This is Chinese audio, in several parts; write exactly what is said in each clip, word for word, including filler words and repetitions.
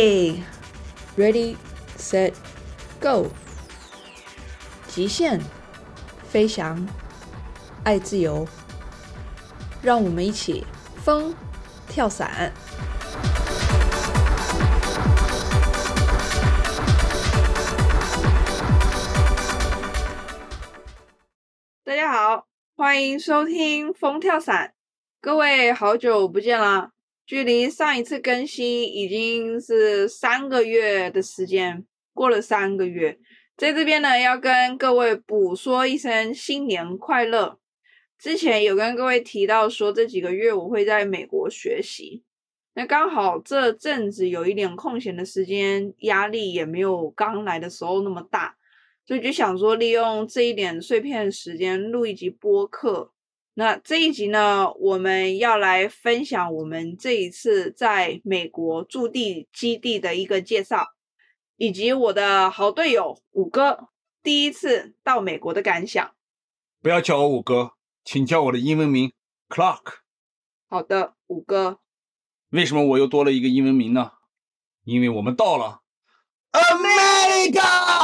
备 Ready Set Go， 极限飞翔，爱自由，让我们一起疯跳伞。大家好，欢迎收听疯跳伞。各位好久不见啦，距离上一次更新已经是三个月的时间，过了三个月。在这边呢，要跟各位补说一声新年快乐。之前有跟各位提到说这几个月我会在美国学习，那刚好这阵子有一点空闲的时间，压力也没有刚来的时候那么大，所以就想说利用这一点碎片时间录一集播客。那这一集呢，我们要来分享我们这一次在美国驻地基地的一个介绍，以及我的好队友五哥第一次到美国的感想。 不要叫我五哥，请叫我的英文名 Clark。 好的，五哥。 为什么我又多了一个英文名呢？因为我们到了 America！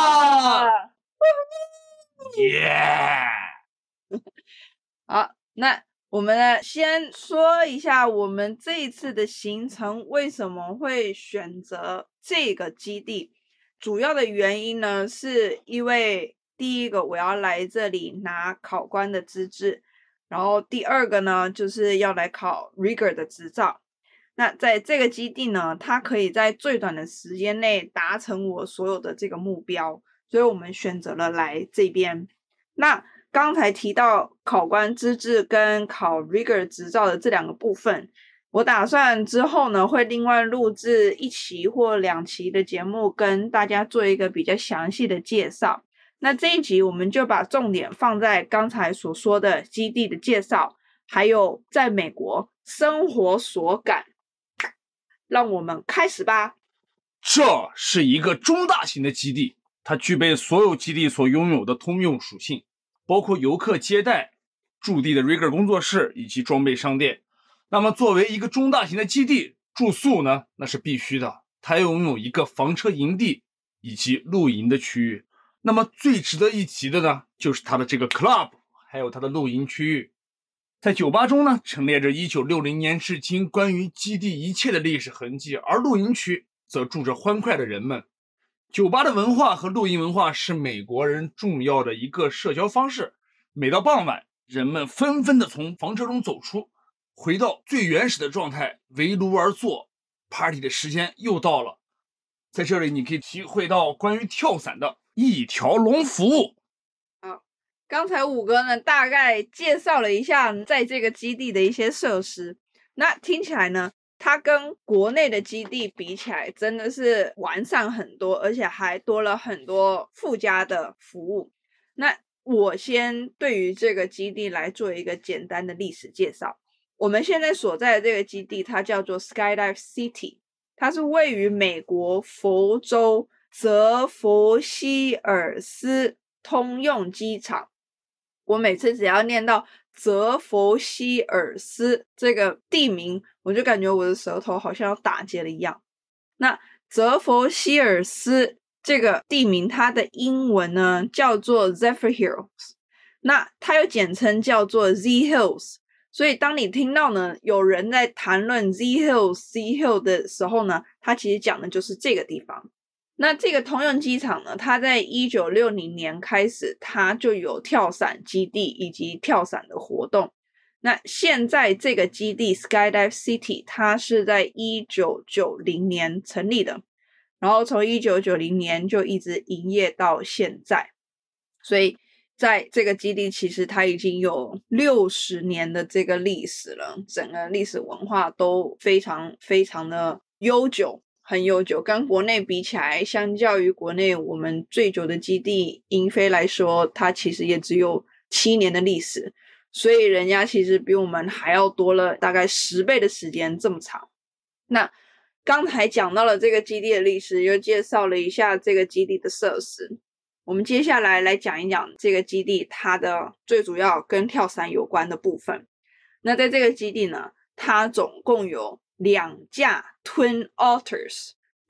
Yeah！ 好，那我们呢先说一下我们这一次的行程为什么会选择这个基地。主要的原因呢，是因为第一个我要来这里拿考官的资质，然后第二个呢就是要来考 Rigger 的执照。那在这个基地呢，它可以在最短的时间内达成我所有的这个目标，所以我们选择了来这边。那刚才提到考官资质跟考 Rigger 执照的这两个部分，我打算之后呢会另外录制一期或两期的节目，跟大家做一个比较详细的介绍。那这一集我们就把重点放在刚才所说的基地的介绍，还有在美国生活所感。让我们开始吧。 这是一个中大型的基地，它具备所有基地所拥有的通用属性，包括游客接待、驻地的 Rigger 工作室以及装备商店。那么作为一个中大型的基地，住宿呢那是必须的，它拥有一个房车营地以及露营的区域。那么最值得一提的呢，就是它的这个 club 还有它的露营区域。在酒吧中呢，陈列着一九六零年至今关于基地一切的历史痕迹，而露营区则住着欢快的人们。酒吧的文化和露营文化是美国人重要的一个社交方式。每到傍晚，人们纷纷的从房车中走出，回到最原始的状态，围炉而坐。 party 的时间又到了，在这里你可以体会到关于跳伞的一条龙服务。 刚才五哥呢大概介绍了一下在这个基地的一些设施，那听起来呢它跟国内的基地比起来真的是完善很多，而且还多了很多附加的服务。那我先对于这个基地来做一个简单的历史介绍。我们现在所在的这个基地它叫做 Skydive City， 它是位于美国佛州泽佛希尔斯通用机场。我每次只要念到泽佛希尔斯这个地名，我就感觉我的舌头好像要打结了一样。那泽佛希尔斯这个地名它的英文呢叫做 Zephyrhills， 那它又简称叫做 Z Hills， 所以当你听到呢有人在谈论 Z Hills Z Hill 的时候呢，它其实讲的就是这个地方。那这个通用机场呢，它在一九六零年开始它就有跳伞基地以及跳伞的活动。那现在这个基地 Skydive City 它是在一九九零年成立的，然后从一九九零年就一直营业到现在，所以在这个基地其实它已经有六十年的这个历史了，整个历史文化都非常非常的悠久，很悠久，跟国内比起来，相较于国内我们最久的基地英飞来说，它其实也只有七年的历史，所以人家其实比我们还要多了大概十倍的时间，这么长。那刚才讲到了这个基地的历史，又介绍了一下这个基地的设施，我们接下来来讲一讲这个基地它的最主要跟跳伞有关的部分。那在这个基地呢，它总共有两架 Twin Otters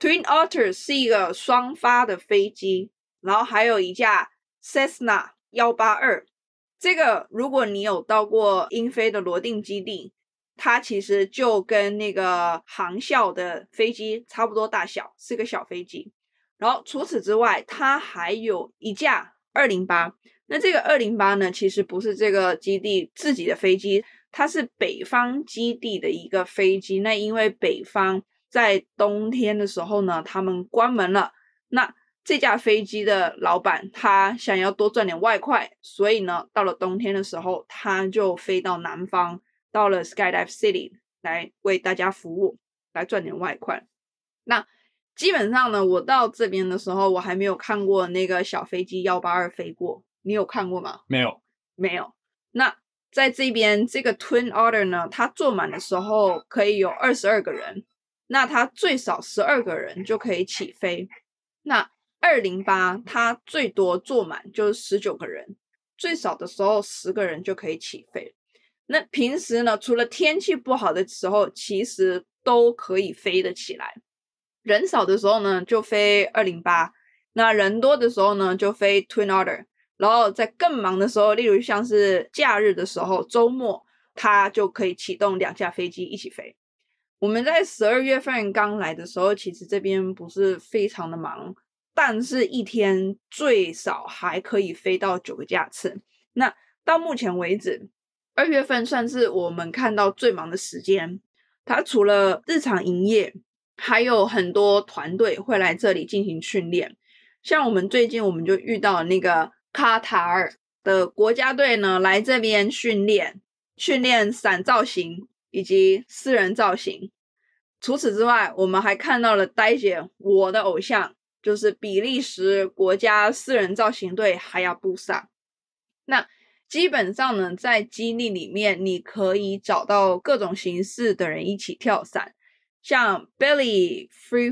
Twin Otter 是一个双发的飞机，然后还有一架 Cessna 一八二，这个如果你有到过英飞的罗定基地，它其实就跟那个航校的飞机差不多大小，是个小飞机。然后除此之外，它还有一架二零八，那这个二零八呢，其实不是这个基地自己的飞机，它是北方基地的一个飞机。那因为北方在冬天的时候呢，他们关门了，那这架飞机的老板他想要多赚点外快，所以呢，到了冬天的时候，他就飞到南方，到了 Skydive City 来为大家服务，来赚点外快。那基本上呢，我到这边的时候，我还没有看过那个小飞机一八二飞过，你有看过吗？ 没有， 没有。那在这边这个 Twin Otter 呢，它坐满的时候可以有二十二个人，那它最少十二个人就可以起飞。那二零八它最多坐满就是十九个人，最少的时候十个人就可以起飞。那平时呢，除了天气不好的时候，其实都可以飞得起来。人少的时候呢，就飞二零八，那人多的时候呢，就飞 Twin Otter。然后在更忙的时候，例如像是假日的时候，周末它就可以启动两架飞机一起飞。我们在十二月份刚来的时候，其实这边不是非常的忙，但是一天最少还可以飞到九个架次。那到目前为止，二月份算是我们看到最忙的时间。它除了日常营业，还有很多团队会来这里进行训练。像我们最近我们就遇到那个卡塔尔的国家队呢，来这边训练，训练伞造型以及私人造型。除此之外，我们还看到了呆姐我的偶像，就是比利时国家私人造型队哈亚布萨。那基本上呢，在基地里面你可以找到各种形式的人一起跳伞，像 belly、free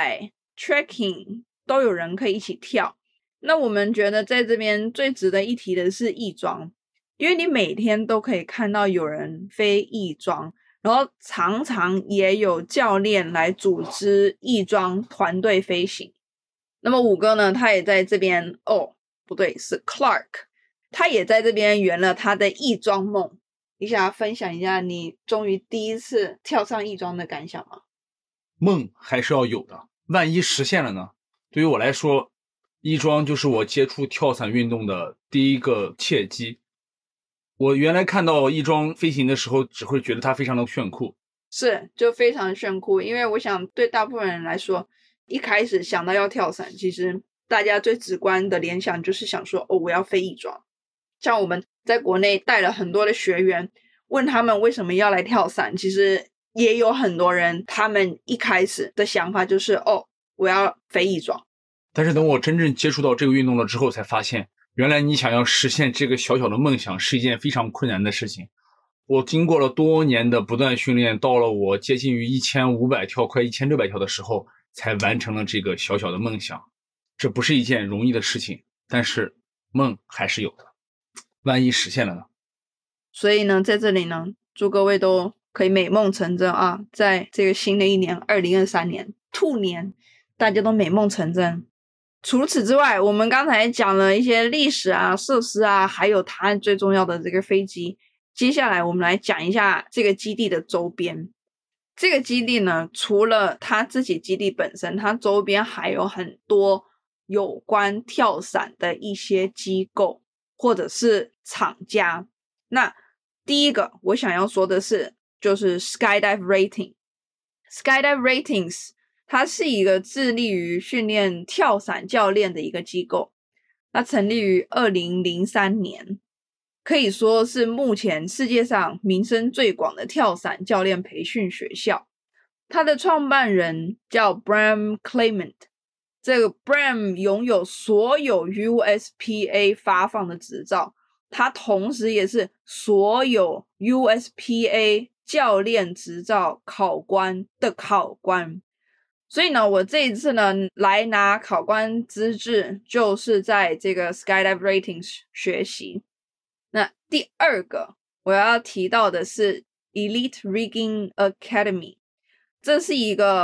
fly、trekking 都有人可以一起跳。那我们觉得在这边最值得一提的是翼装，因为你每天都可以看到有人飞翼装，然后常常也有教练来组织翼装团队飞行。那么五哥呢，他也在这边哦，不对，是 Clark， 他也在这边圆了他的翼装梦。你想要分享一下你终于第一次跳上翼装的感想吗？ 梦还是要有的，万一实现了呢？对于我来说，翼装就是我接触跳伞运动的第一个契机。我原来看到翼装飞行的时候，只会觉得它非常的炫酷， 是，就非常炫酷。因为我想对大部分人来说，一开始想到要跳伞，其实大家最直观的联想就是想说，哦，我要飞翼装。像我们在国内带了很多的学员，问他们为什么要来跳伞，其实也有很多人他们一开始的想法就是，哦，我要飞翼装。 但是等我真正接触到这个运动了之后，才发现原来你想要实现这个小小的梦想是一件非常困难的事情。我经过了多年的不断训练，到了我接近于一千五百跳快一千六百跳的时候，才完成了这个小小的梦想。这不是一件容易的事情，但是梦还是有的，万一实现了呢？ 所以呢，在这里呢，祝各位都可以美梦成真啊！在这个新的一年二零二三年兔年，大家都美梦成真。除此之外，我们刚才讲了一些历史啊、设施啊，还有它最重要的这个飞机。接下来我们来讲一下这个基地的周边。这个基地呢，除了它自己基地本身，它周边还有很多有关跳伞的一些机构或者是厂家。那第一个我想要说的是，就是 Skydive Rating。Skydive Ratings 它是一个致力于训练跳伞教练的一个机构，它成立于二零零三年，可以说是目前世界上名声最广的跳伞教练培训学校。它的创办人叫 Bram Clement， 这个 Bram 拥有所有 U S P A 发放的执照，他同时也是所有 U S P A 教练执照考官的考官。所以呢，我这一次呢来拿考官资质，就是在这个 Skydive Ratings 学习。那第二个我要提到的是 Elite Rigging Academy， 这是一个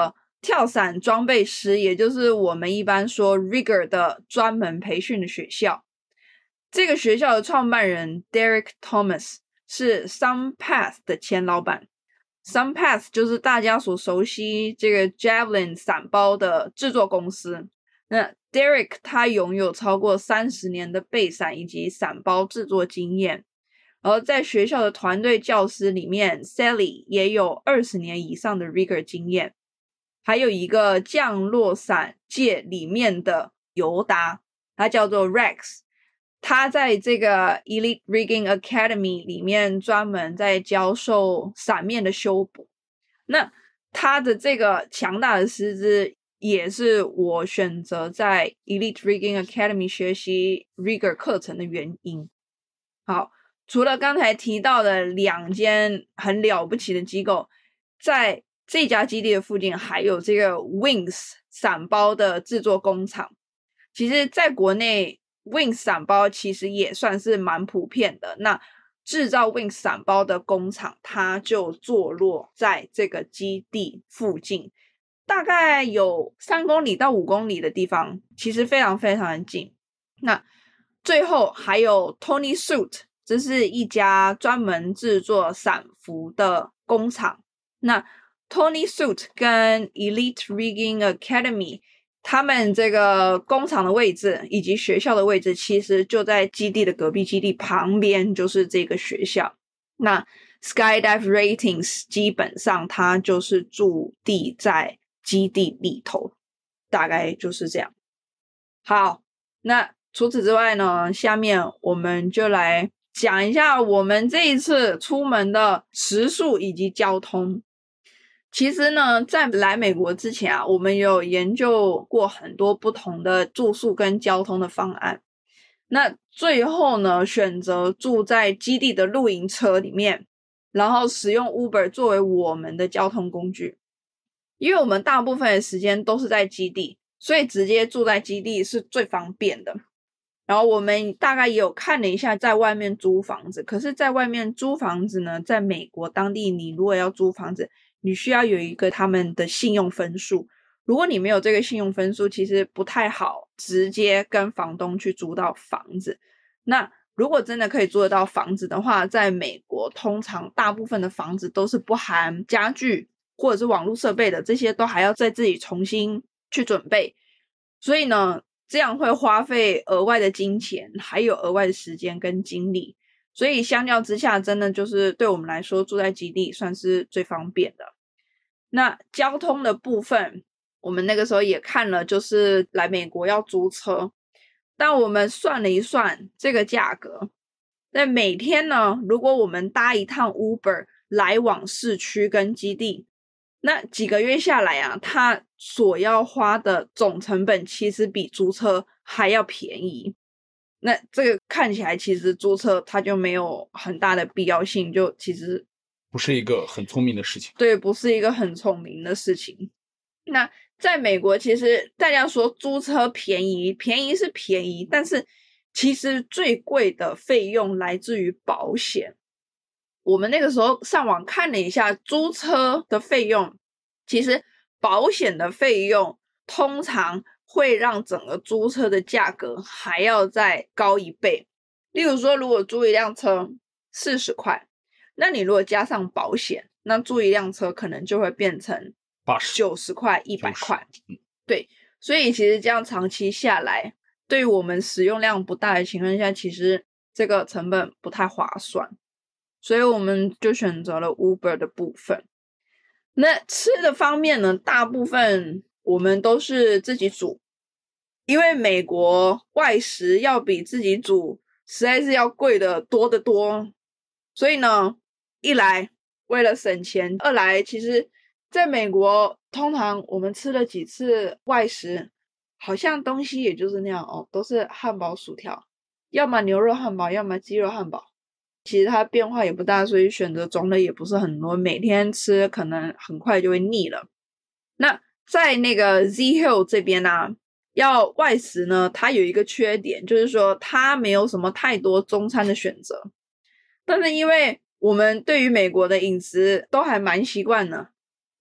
跳伞装备师，也就是我们一般说 rigger 的专门培训的学校。这个学校的创办人 Derek Thomas 是 Sunpath 的前老板。Sunpath 就是大家所熟悉这个 Javelin 伞包的制作公司。那 Derek 他拥有超过三十年的备伞以及伞包制作经验。然后在学校的团队教师里面 Sally 也有二十年以上的 rigger 经验。还有一个降落伞界里面的尤达，他叫做 Rex， 他在这个 Elite Rigging Academy 里面专门在教授伞面的修补。那他的这个强大的师资也是我选择在 Elite Rigging Academy 学习 rigger 课程的原因。好，除了刚才提到的两间很了不起的机构，在这家基地的附近还有这个 Wings 伞包的制作工厂。其实在国内 Wings 伞包其实也算是蛮普遍的，那制造 Wings 伞包的工厂它就坐落在这个基地附近，大概有三公里到五公里的地方，其实非常非常的近。那最后还有 Tony Suit， 这是一家专门制作伞服的工厂。那Tony Suit 跟 Elite Rigging Academy 他们这个工厂的位置以及学校的位置其实就在基地的隔壁，基地旁边就是这个学校。那 Skydive Ratings 基本上它就是驻地在基地里头，大概就是这样。好，那除此之外呢，下面我们就来讲一下我们这一次出门的时数以及交通。其实呢，在来美国之前啊，我们有研究过很多不同的住宿跟交通的方案。那最后呢，选择住在基地的露营车里面，然后使用 Uber 作为我们的交通工具。因为我们大部分的时间都是在基地，所以直接住在基地是最方便的。然后我们大概也有看了一下在外面租房子，可是在外面租房子呢，在美国当地你如果要租房子，你需要有一个他们的信用分数，如果你没有这个信用分数，其实不太好直接跟房东去租到房子。那如果真的可以租得到房子的话，在美国通常大部分的房子都是不含家具或者是网络设备的，这些都还要再自己重新去准备。所以呢，这样会花费额外的金钱，还有额外的时间跟精力。所以相较之下，真的就是对我们来说，住在基地算是最方便的。那交通的部分，我们那个时候也看了，就是来美国要租车，但我们算了一算这个价格，那每天呢，如果我们搭一趟 Uber 来往市区跟基地，那几个月下来啊，它所要花的总成本其实比租车还要便宜。那这个看起来其实租车它就没有很大的必要性，就其实不是一个很聪明的事情。 对，不是一个很聪明的事情。那在美国其实大家说租车便宜，便宜是便宜，但是其实最贵的费用来自于保险。我们那个时候上网看了一下租车的费用，其实保险的费用通常会让整个租车的价格还要再高一倍。例如说，如果租一辆车四十块，那你如果加上保险，那租一辆车可能就会变成九十块、一百块。对，所以其实这样长期下来，对于我们使用量不大的情况下，其实这个成本不太划算。所以我们就选择了 Uber 的部分。那吃的方面呢，大部分我们都是自己煮，因为美国外食要比自己煮实在是要贵的多得多。所以呢，一来为了省钱，二来其实在美国通常我们吃了几次外食，好像东西也就是那样哦，都是汉堡薯条，要么牛肉汉堡，要么鸡肉汉堡，其实它变化也不大，所以选择种类也不是很多，每天吃可能很快就会腻了。那在那个 Z Hill 这边啊，要外食呢，它有一个缺点，就是说它没有什么太多中餐的选择。但是因为我们对于美国的饮食都还蛮习惯的，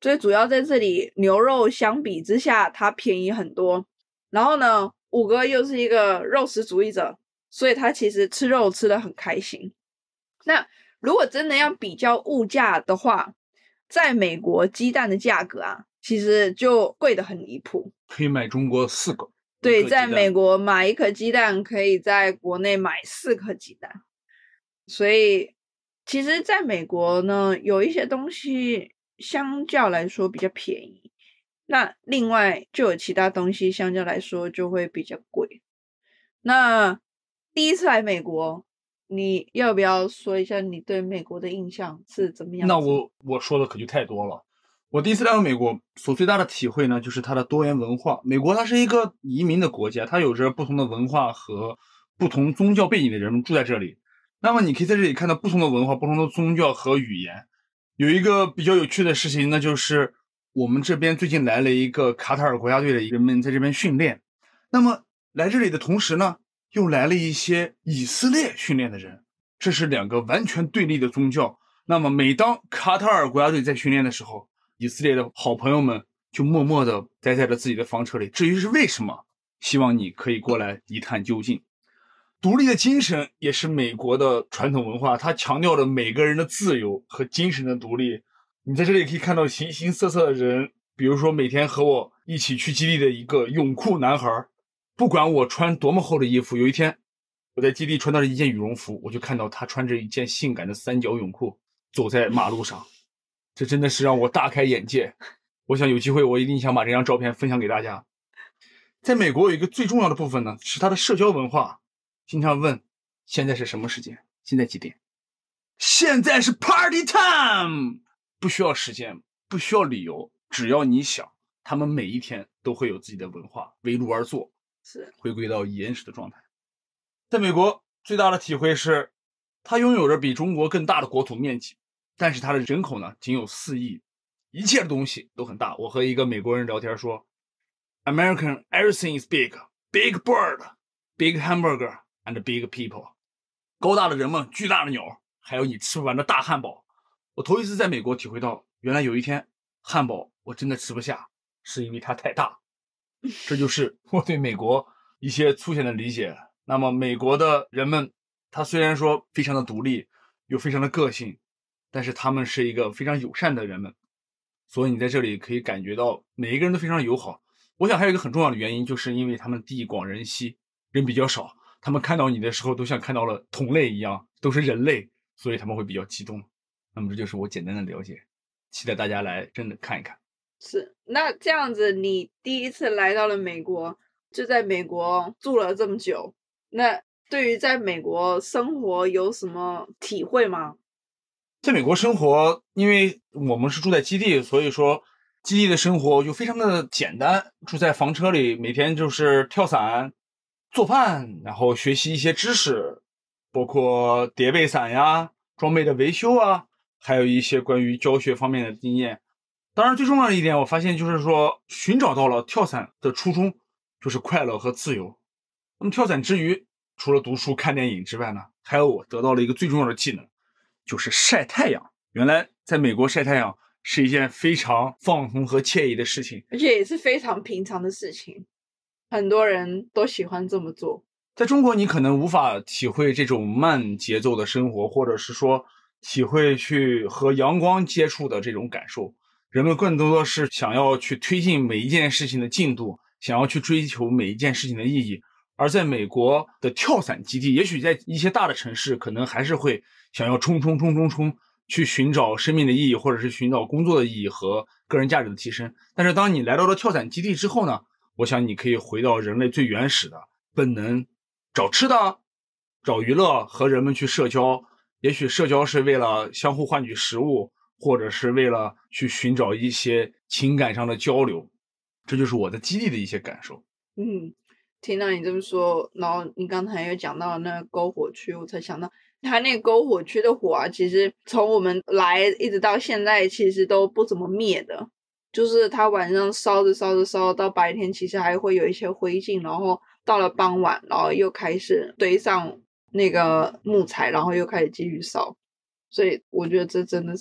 最主要在这里牛肉相比之下它便宜很多，然后呢五哥又是一个肉食主义者，所以他其实吃肉吃得很开心。那如果真的要比较物价的话，在美国鸡蛋的价格啊其实就贵得很离谱， 可以买中国四个。 对，在美国买一颗鸡蛋可以在国内买四颗鸡蛋，所以其实在美国呢有一些东西相较来说比较便宜，那另外就有其他东西相较来说就会比较贵。那第一次来美国，你要不要说一下你对美国的印象是怎么样？ 那我我说的可就太多了。我第一次来到美国，所最大的体会呢，就是它的多元文化。美国它是一个移民的国家，它有着不同的文化和不同宗教背景的人住在这里。那么你可以在这里看到不同的文化、不同的宗教和语言。有一个比较有趣的事情，那就是我们这边最近来了一个卡塔尔国家队的人们在这边训练。那么来这里的同时呢，又来了一些以色列训练的人，这是两个完全对立的宗教。那么每当卡塔尔国家队在训练的时候，以色列的好朋友们就默默地待在了自己的房车里。至于是为什么，希望你可以过来一探究竟。独立的精神也是美国的传统文化，它强调了每个人的自由和精神的独立。你在这里可以看到形形色色的人，比如说每天和我一起去基地的一个泳裤男孩，不管我穿多么厚的衣服，有一天我在基地穿到了一件羽绒服，我就看到他穿着一件性感的三角泳裤走在马路上，这真的是让我大开眼界。我想有机会我一定想把这张照片分享给大家。在美国有一个最重要的部分呢，是它的社交文化。经常问现在是什么时间，现在几点，现在是 party time， 不需要时间，不需要理由，只要你想，他们每一天都会有自己的文化围炉而坐， 是回归到原始的状态。在美国最大的体会是，它拥有着比中国更大的国土面积，但是它的人口呢仅有四亿，一切的东西都很大。我和一个美国人聊天说 American everything is big, big bird, big hamburger and big people， 高大的人们，巨大的鸟，还有你吃不完的大汉堡。我头一次在美国体会到，原来有一天汉堡我真的吃不下，是因为它太大。这就是我对美国一些粗浅的理解。那么美国的人们，他虽然说非常的独立，又非常的个性，但是他们是一个非常友善的人们，所以你在这里可以感觉到每一个人都非常友好。我想还有一个很重要的原因，就是因为他们地广人稀，人比较少，他们看到你的时候都像看到了同类一样，都是人类，所以他们会比较激动。那么这就是我简单的了解，期待大家来真的看一看。 是，那这样子你第一次来到了美国，就在美国住了这么久，那对于在美国生活有什么体会吗？ 在美国生活，因为我们是住在基地，所以说基地的生活就非常的简单，住在房车里，每天就是跳伞、做饭，然后学习一些知识，包括叠被伞呀、装备的维修啊，还有一些关于教学方面的经验。当然最重要的一点，我发现就是说寻找到了跳伞的初衷，就是快乐和自由。那么跳伞之余，除了读书看电影之外呢，还有我得到了一个最重要的技能，就是晒太阳。原来在美国晒太阳是一件非常放松和惬意的事情， 而且也是非常平常的事情，很多人都喜欢这么做。 在中国你可能无法体会这种慢节奏的生活，或者是说体会去和阳光接触的这种感受。人们更多的是想要去推进每一件事情的进度，想要去追求每一件事情的意义。而在美国的跳伞基地，也许在一些大的城市可能还是会想要冲冲冲冲冲去寻找生命的意义，或者是寻找工作的意义和个人价值的提升。但是当你来到了跳伞基地之后呢，我想你可以回到人类最原始的本能，找吃的，找娱乐，和人们去社交。也许社交是为了相互换取食物，或者是为了去寻找一些情感上的交流。这就是我的基地的一些感受。 嗯，听到你这么说，然后你刚才又讲到那个篝火区，我才想到它那个篝火区的火啊，其实从我们来一直到现在其实都不怎么灭的，就是它晚上烧着烧着烧到白天，其实还会有一些灰烬，然后到了傍晚，然后又开始堆上那个木材，然后又开始继续烧。所以我觉得这真的是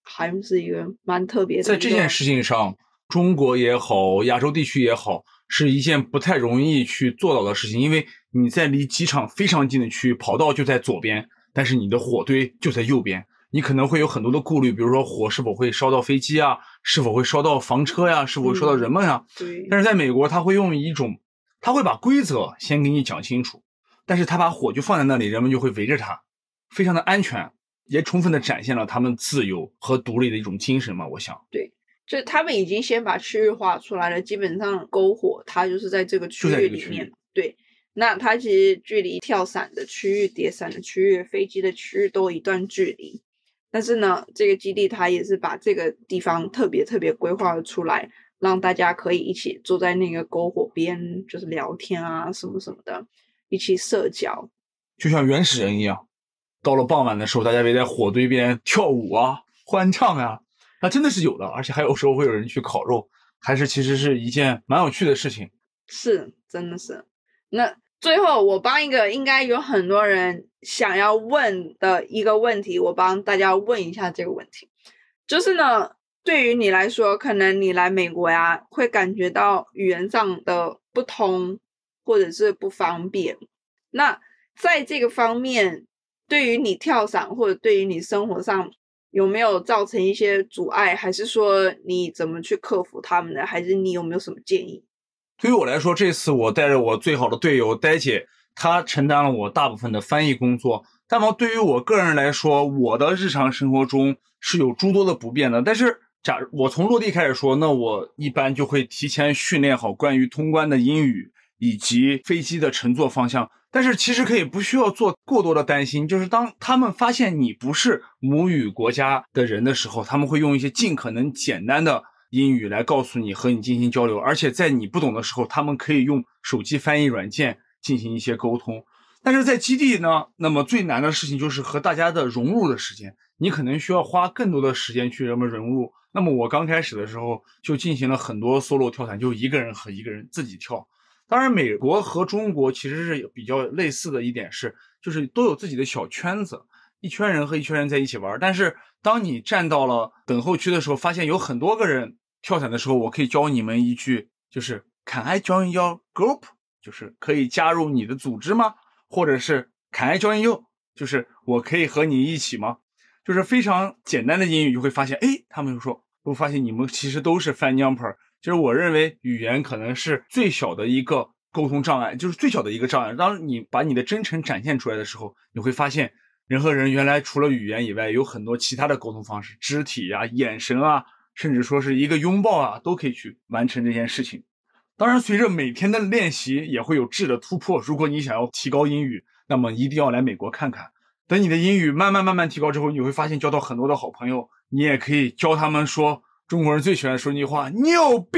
还是一个蛮特别的。 在这件事情上，中国也好，亚洲地区也好，是一件不太容易去做到的事情，因为你在离机场非常近的区域，跑道就在左边，但是你的火堆就在右边，你可能会有很多的顾虑，比如说火是否会烧到飞机啊，是否会烧到房车呀，是否会烧到人们啊、 嗯、对。 但是在美国，他会用一种，他会把规则先给你讲清楚，但是他把火就放在那里，人们就会围着他，非常的安全，也充分的展现了他们自由和独立的一种精神嘛，我想。 对。就他们已经先把区域划出来了，基本上篝火它就是在这个区域里面。对，那它其实距离跳伞的区域、叠伞的区域、飞机的区域都有一段距离。但是呢，这个基地它也是把这个地方特别特别规划了出来，让大家可以一起坐在那个篝火边，就是聊天啊什么什么的，一起社交， 就像原始人一样。到了傍晚的时候，大家围在火堆边跳舞啊、欢唱啊。那真的是有的，而且还有时候会有人去烤肉，还是其实是一件蛮有趣的事情。 是，真的是。那最后我帮一个应该有很多人想要问的一个问题，我帮大家问一下这个问题，就是呢，对于你来说，可能你来美国呀，会感觉到语言上的不通或者是不方便。那在这个方面，对于你跳伞或者对于你生活上有没有造成一些阻碍，还是说你怎么去克服他们的，还是你有没有什么建议？ 对于我来说，这次我带着我最好的队友呆姐，她承担了我大部分的翻译工作。那么对于我个人来说，我的日常生活中是有诸多的不便的。但是假如我从落地开始说，那我一般就会提前训练好关于通关的英语以及飞机的乘坐方向。但是其实可以不需要做过多的担心，就是当他们发现你不是母语国家的人的时候，他们会用一些尽可能简单的英语来告诉你和你进行交流，而且在你不懂的时候，他们可以用手机翻译软件进行一些沟通。但是在基地呢，那么最难的事情就是和大家的融入的时间，你可能需要花更多的时间去人们融入。那么我刚开始的时候就进行了很多 solo 跳伞，就一个人和一个人自己跳。当然美国和中国其实是比较类似的一点是，就是都有自己的小圈子，一圈人和一圈人在一起玩。但是当你站到了等候区的时候，发现有很多个人跳伞的时候，我可以教你们一句，就是 Can I join your group？ 就是可以加入你的组织吗？或者是 Can I join you？ 就是我可以和你一起吗？就是非常简单的英语，就会发现，诶，他们就说，我发现你们其实都是翻娘炮。就是我认为语言可能是最小的一个沟通障碍，就是最小的一个障碍。当你把你的真诚展现出来的时候，你会发现人和人原来除了语言以外，有很多其他的沟通方式，肢体啊、眼神啊，甚至说是一个拥抱啊，都可以去完成这件事情。当然，随着每天的练习，也会有质的突破。如果你想要提高英语，那么一定要来美国看看。等你的英语慢慢慢慢提高之后，你会发现交到很多的好朋友，你也可以教他们说中国人最喜欢说那句话，牛逼。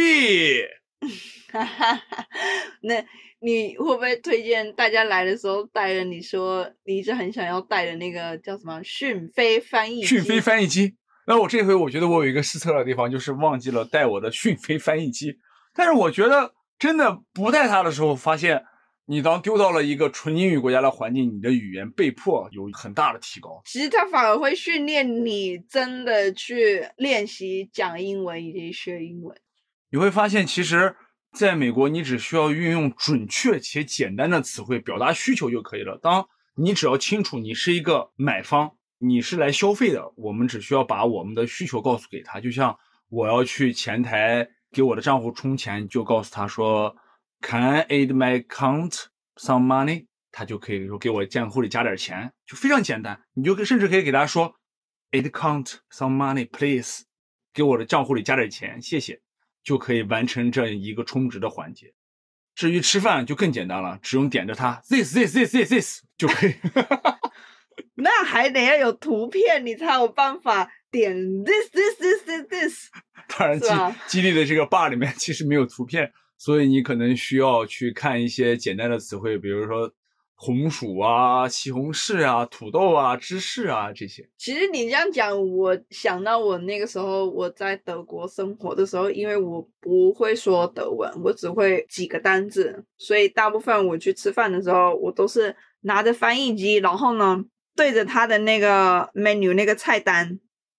那你会不会推荐大家来的时候带着你说你一直很想要带的那个叫什么讯飞翻译机？ 讯飞翻译机。那我这回我觉得我有一个失策的地方，就是忘记了带我的讯飞翻译机。但是我觉得真的不带它的时候，发现你当丢到了一个纯英语国家的环境，你的语言被迫有很大的提高。 其实它反而会训练你真的去练习讲英文以及学英文。 你会发现其实在美国你只需要运用准确且简单的词汇表达需求就可以了。当你只要清楚你是一个买方，你是来消费的，我们只需要把我们的需求告诉给他。就像我要去前台给我的账户充钱，就告诉他说 Can I add my account some money？ 他就可以说给我账户里加点钱，就非常简单。你就甚至可以给他说 add account some money please， 给我的账户里加点钱，谢谢，就可以完成这一个充值的环节。至于吃饭就更简单了，只用点着它 this this this this this 就可以。 那还得要有图片你才有办法点 this this this this this。 当然基基地的这个 bar 里面其实没有图片，所以你可能需要去看一些简单的词汇，比如说红薯啊、西红柿啊、土豆啊、芝士啊这些。 其实你这样讲，我想到我那个时候我在德国生活的时候，因为我不会说德文，我只会几个单字，所以大部分我去吃饭的时候，我都是拿着翻译机，然后呢对着他的那个 menu 那个菜单，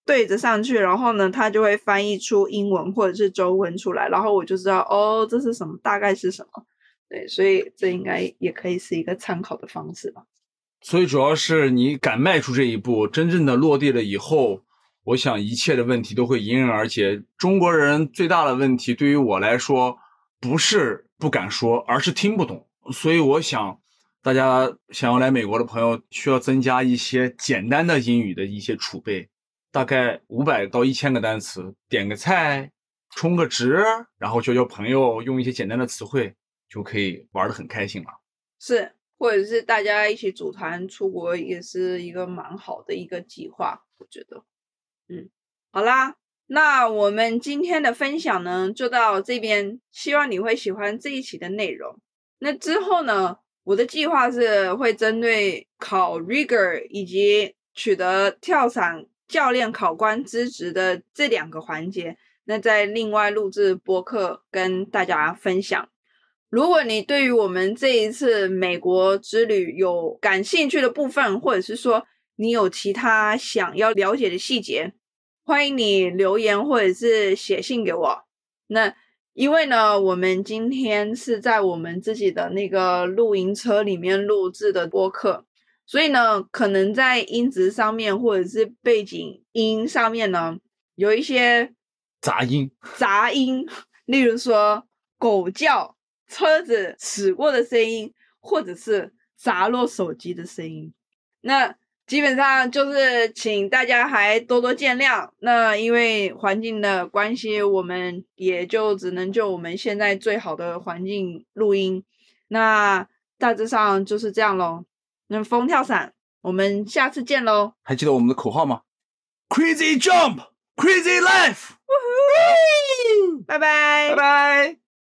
对着上去，然后呢它就会翻译出英文或者是中文出来，然后我就知道哦这是什么，大概是什么。对，所以这应该也可以是一个参考的方式吧。 所以主要是你敢迈出这一步，真正的落地了以后，我想一切的问题都会迎刃而解。中国人最大的问题对于我来说不是不敢说，而是听不懂。所以我想大家想要来美国的朋友需要增加一些简单的英语的一些储备，大概五百到一千个单词，点个菜，充个值，然后交交朋友，用一些简单的词汇就可以玩得很开心了。 是，或者是大家一起组团出国也是一个蛮好的一个计划，我觉得。嗯，好啦，那我们今天的分享呢就到这边，希望你会喜欢这一期的内容。那之后呢，我的计划是会针对考 Rigger 以及取得跳伞教练考官资质的这两个环节，那再另外录制播客跟大家分享。如果你对于我们这一次美国之旅有感兴趣的部分，或者是说你有其他想要了解的细节，欢迎你留言或者是写信给我。那因为呢我们今天是在我们自己的那个露营车里面录制的播客，所以呢可能在音质上面或者是背景音上面呢有一些杂音杂音，例如说狗叫、车子驶过的声音，或者是砸落手机的声音。那基本上就是请大家还多多见谅，那因为环境的关系，我们也就只能就我们现在最好的环境录音，那大致上就是这样咯。那风跳伞我们下次见咯。 还记得我们的口号吗？ Crazy Jump Crazy Life， 拜拜拜拜。